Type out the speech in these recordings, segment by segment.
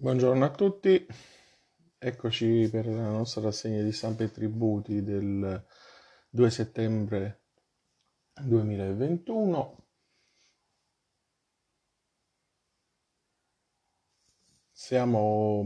Buongiorno a tutti, eccoci per la nostra rassegna di stampa e tributi del 2 settembre 2021. Siamo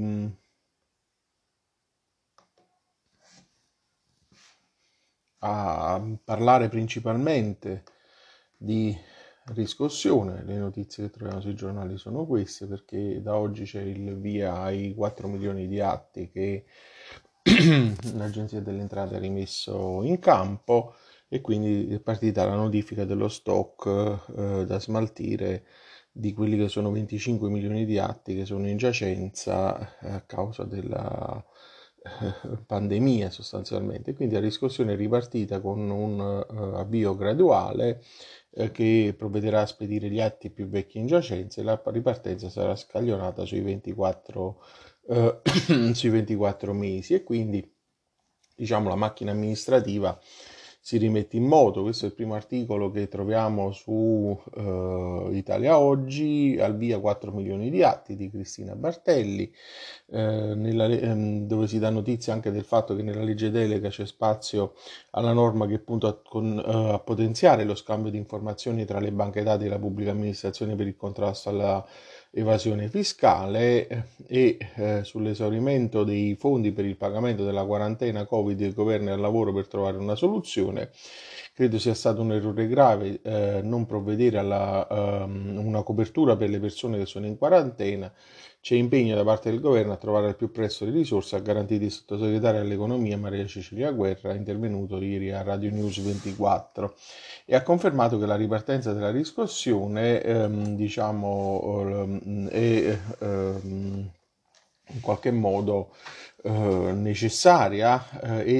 a parlare principalmente di riscossione. Le notizie che troviamo sui giornali sono queste, perché da oggi c'è il via ai 4 milioni di atti che l'Agenzia delle Entrate ha rimesso in campo, e quindi è partita la notifica dello stock da smaltire di quelli che sono 25 milioni di atti che sono in giacenza a causa della pandemia sostanzialmente. Quindi la riscossione è ripartita con un avvio graduale che provvederà a spedire gli atti più vecchi in giacenza, e la ripartenza sarà scaglionata sui 24 mesi, e quindi diciamo la macchina amministrativa si rimette in moto. Questo è il primo articolo che troviamo su Italia Oggi: al via 4 milioni di atti, di Cristina Bartelli, dove si dà notizia anche del fatto che nella legge delega c'è spazio alla norma che punta a potenziare lo scambio di informazioni tra le banche dati e la pubblica amministrazione per il contrasto alla evasione fiscale, sull'esaurimento dei fondi per il pagamento della quarantena Covid. Il governo è al lavoro per trovare una soluzione. Credo sia stato un errore grave non provvedere a una copertura per le persone che sono in quarantena. C'è impegno da parte del governo a trovare al più presto le risorse, ha garantito il sottosegretario all'economia Maria Cecilia Guerra, intervenuto ieri a Radio News 24, e ha confermato che la ripartenza della riscossione è in qualche modo necessaria,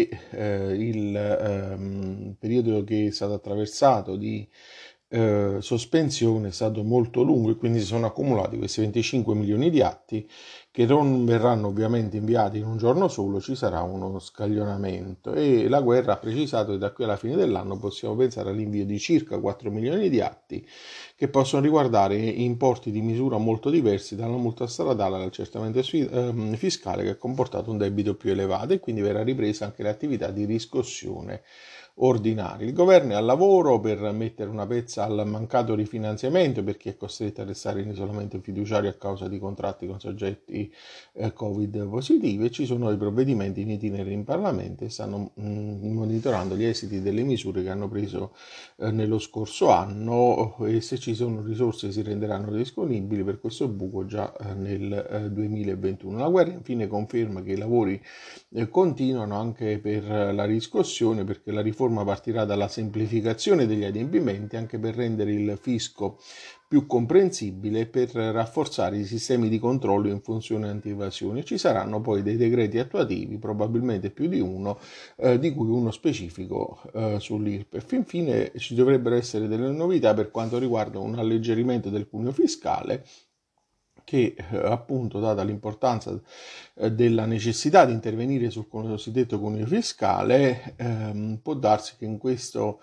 il periodo che è stato attraversato di sospensione è stato molto lungo, e quindi si sono accumulati questi 25 milioni di atti che non verranno ovviamente inviati in un giorno solo. Ci sarà uno scaglionamento, e la Guerra ha precisato che da qui alla fine dell'anno possiamo pensare all'invio di circa 4 milioni di atti, che possono riguardare importi di misura molto diversi, dalla multa stradale all'accertamento fiscale, che ha comportato un debito più elevato, e quindi verrà ripresa anche l'attività di riscossione ordinari. Il governo è al lavoro per mettere una pezza al mancato rifinanziamento per chi è costretto a restare in isolamento fiduciario a causa di contratti con soggetti Covid positivi, e ci sono dei provvedimenti in itinere in Parlamento, e stanno monitorando gli esiti delle misure che hanno preso nello scorso anno, e se ci sono risorse si renderanno disponibili per questo buco già nel 2021. La Guerra infine conferma che i lavori continuano anche per la riscossione, perché la riforma partirà dalla semplificazione degli adempimenti, anche per rendere il fisco più comprensibile e per rafforzare i sistemi di controllo in funzione anti-evasione. Ci saranno poi dei decreti attuativi, probabilmente più di uno, di cui uno specifico sull'IRPEF. Infine ci dovrebbero essere delle novità per quanto riguarda un alleggerimento del cuneo fiscale, che appunto, data l'importanza della necessità di intervenire sul cosiddetto cuneo fiscale, può darsi che in questo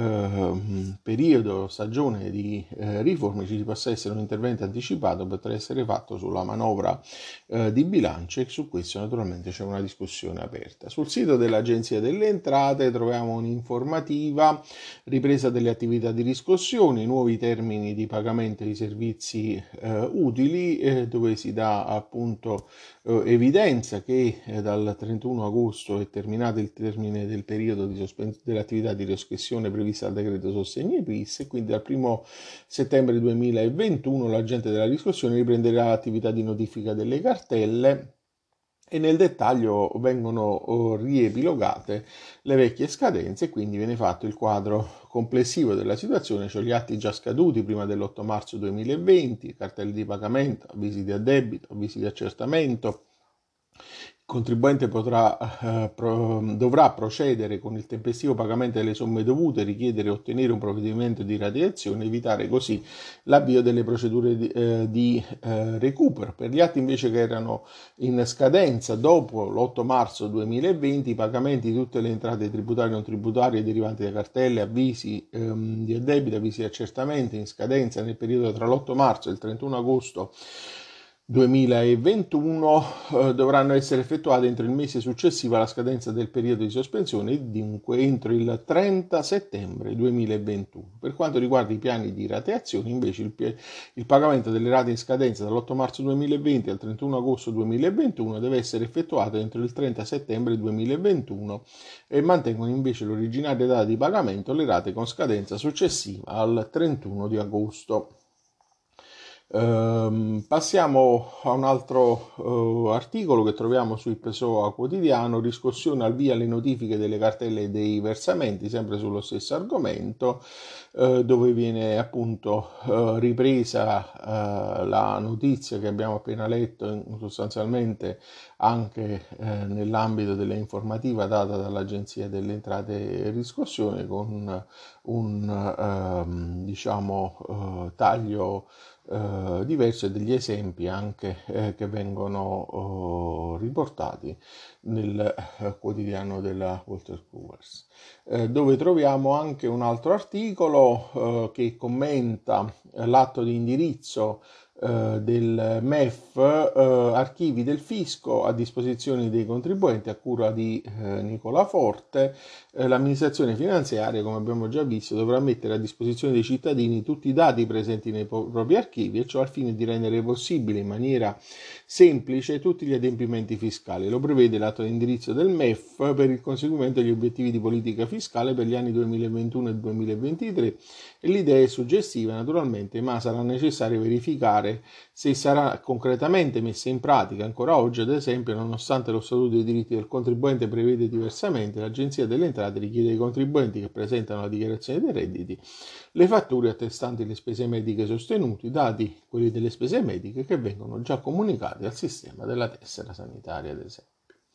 periodo, stagione di riforme, ci possa essere un intervento anticipato, potrà essere fatto sulla manovra di bilancio, e su questo naturalmente c'è una discussione aperta. Sul sito dell'Agenzia delle Entrate troviamo un'informativa: ripresa delle attività di riscossione, nuovi termini di pagamento di servizi utili, dove si dà appunto evidenza che dal 31 agosto è terminato il termine del periodo di dell'attività di riscossione prevista dal decreto sostegni bis, e quindi dal 1 settembre 2021 l'agente della riscossione riprenderà l'attività di notifica delle cartelle, e nel dettaglio vengono riepilogate le vecchie scadenze, e quindi viene fatto il quadro complessivo della situazione, cioè gli atti già scaduti prima dell'8 marzo 2020, cartelli di pagamento, avvisi di addebito, avvisi di accertamento. Il contribuente dovrà procedere con il tempestivo pagamento delle somme dovute, richiedere e ottenere un provvedimento di rateazione, evitare così l'avvio delle procedure di recupero. Per gli atti invece che erano in scadenza dopo l'8 marzo 2020, i pagamenti di tutte le entrate tributarie e non tributarie derivanti da cartelle, avvisi di addebito, avvisi di accertamento in scadenza nel periodo tra l'8 marzo e il 31 agosto 2021 dovranno essere effettuate entro il mese successivo alla scadenza del periodo di sospensione e dunque entro il 30 settembre 2021. Per quanto riguarda i piani di rateazione, invece il pagamento delle rate in scadenza dall'8 marzo 2020 al 31 agosto 2021 deve essere effettuato entro il 30 settembre 2021 e mantengono invece l'originaria data di pagamento le rate con scadenza successiva al 31 di agosto. Passiamo a un altro articolo che troviamo su PSOA Quotidiano, riscossione al via le notifiche delle cartelle dei versamenti, sempre sullo stesso argomento, dove viene appunto ripresa la notizia che abbiamo appena letto, sostanzialmente anche nell'ambito dell'informativa data dall'Agenzia delle Entrate e Riscossione, con un taglio diverso e degli esempi anche che vengono riportati nel quotidiano della Walter Coopers, dove troviamo anche un altro articolo che commenta l'atto di indirizzo del MEF, archivi del fisco a disposizione dei contribuenti a cura di Nicola Forte. L'amministrazione finanziaria, come abbiamo già visto, dovrà mettere a disposizione dei cittadini tutti i dati presenti nei propri archivi, e ciò al fine di rendere possibile in maniera semplice tutti gli adempimenti fiscali. Lo prevede l'atto di indirizzo del MEF per il conseguimento degli obiettivi di politica fiscale per gli anni 2021 e 2023, e l'idea è suggestiva naturalmente, ma sarà necessario verificare se sarà concretamente messa in pratica. Ancora oggi, ad esempio, nonostante lo Statuto dei diritti del contribuente prevede diversamente, l'Agenzia delle Entrate richiede ai contribuenti che presentano la dichiarazione dei redditi le fatture attestanti le spese mediche sostenute, dati quelli delle spese mediche che vengono già comunicati al sistema della tessera sanitaria, ad esempio.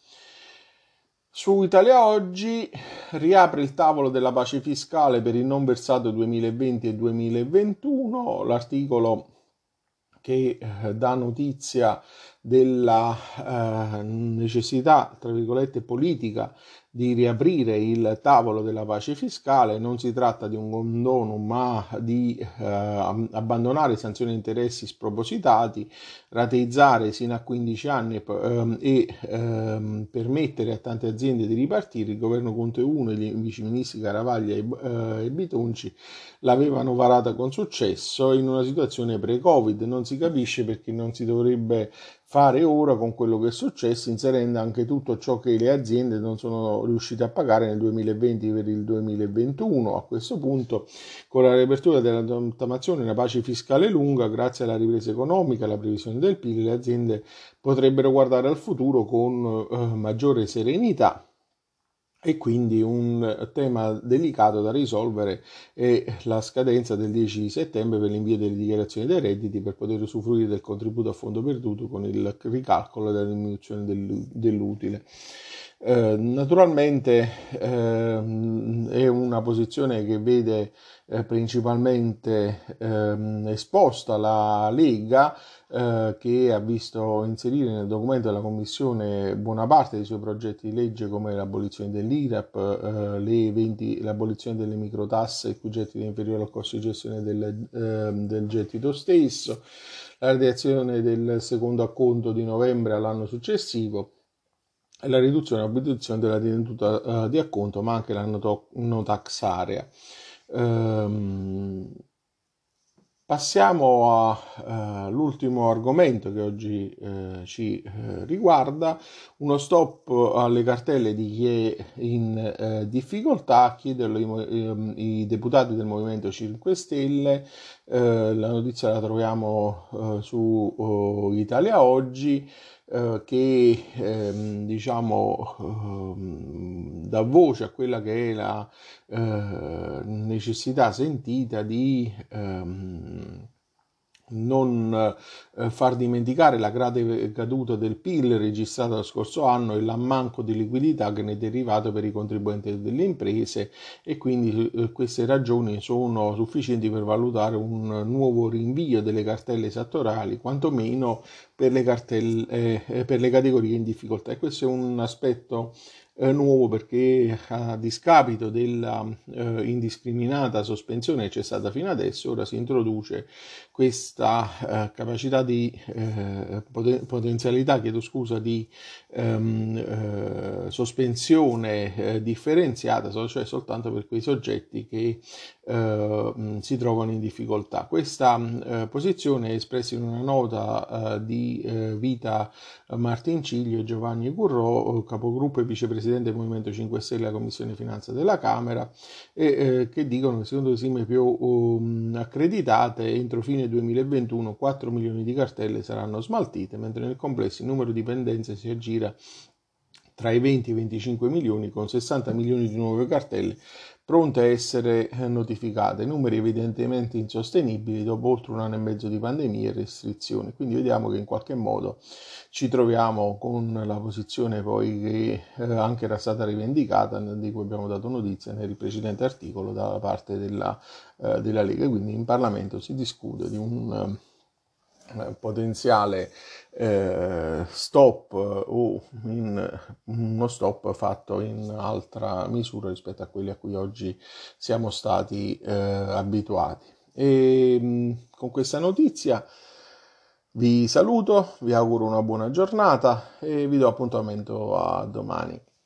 Su Italia Oggi riapre il tavolo della pace fiscale per il non versato 2020 e 2021, l'articolo che dà notizia della necessità, tra virgolette, politica di riaprire il tavolo della pace fiscale. Non si tratta di un condono, ma di abbandonare sanzioni e interessi spropositati, rateizzare sino a 15 anni e permettere a tante aziende di ripartire. Il governo Conte 1 e i viceministri Garavaglia e Bitonci l'avevano varata con successo in una situazione pre-Covid. Non si capisce perché non si dovrebbe fare ora con quello che è successo, inserendo anche tutto ciò che le aziende non sono riuscite a pagare nel 2020 per il 2021. A questo punto, con la riapertura della rottamazione, una pace fiscale lunga, grazie alla ripresa economica e alla previsione del PIL, le aziende potrebbero guardare al futuro con maggiore serenità. E quindi un tema delicato da risolvere è la scadenza del 10 settembre per l'invio delle dichiarazioni dei redditi per poter usufruire del contributo a fondo perduto con il ricalcolo della diminuzione dell'utile. Naturalmente è una posizione che vede principalmente esposta la Lega, che ha visto inserire nel documento della Commissione buona parte dei suoi progetti di legge, come l'abolizione dell'IRAP, l'abolizione delle microtasse il cui gettito è inferiore al costo di gestione del gettito stesso, la redazione del secondo acconto di novembre all'anno successivo e la riduzione dell'abolizione della tenuta di acconto, ma anche la no tax area. Passiamo all'ultimo argomento che oggi ci riguarda, uno stop alle cartelle di chi è in difficoltà, chiedono i deputati del Movimento 5 Stelle, la notizia la troviamo su Italia Oggi, che dà voce a quella che è la necessità sentita di non far dimenticare la grave caduta del PIL registrata lo scorso anno e l'ammanco di liquidità che ne è derivato per i contribuenti delle imprese, e quindi queste ragioni sono sufficienti per valutare un nuovo rinvio delle cartelle esattoriali, quantomeno per le categorie in difficoltà. E questo è un aspetto nuovo, perché a discapito della indiscriminata sospensione che c'è stata fino adesso, ora si introduce questa capacità di potenzialità, chiedo scusa, di sospensione differenziata, cioè soltanto per quei soggetti che si trovano in difficoltà. Questa posizione è espressa in una nota di Vita Martinciglio e Giovanni Currò, capogruppo e vicepresidente del Movimento 5 Stelle alla Commissione Finanza della Camera, che dicono che secondo le stime più accreditate entro fine 2021 4 milioni di cartelle saranno smaltite, mentre nel complesso il numero di pendenze si aggira tra i 20 e i 25 milioni, con 60 milioni di nuove cartelle pronte a essere notificate, numeri evidentemente insostenibili dopo oltre un anno e mezzo di pandemia e restrizioni. Quindi vediamo che in qualche modo ci troviamo con la posizione poi che anche era stata rivendicata, di cui abbiamo dato notizia nel precedente articolo, dalla parte della Lega. Quindi in Parlamento si discute di un potenziale stop o uno stop fatto in altra misura rispetto a quelli a cui oggi siamo stati abituati. Con questa notizia vi saluto, vi auguro una buona giornata e vi do appuntamento a domani.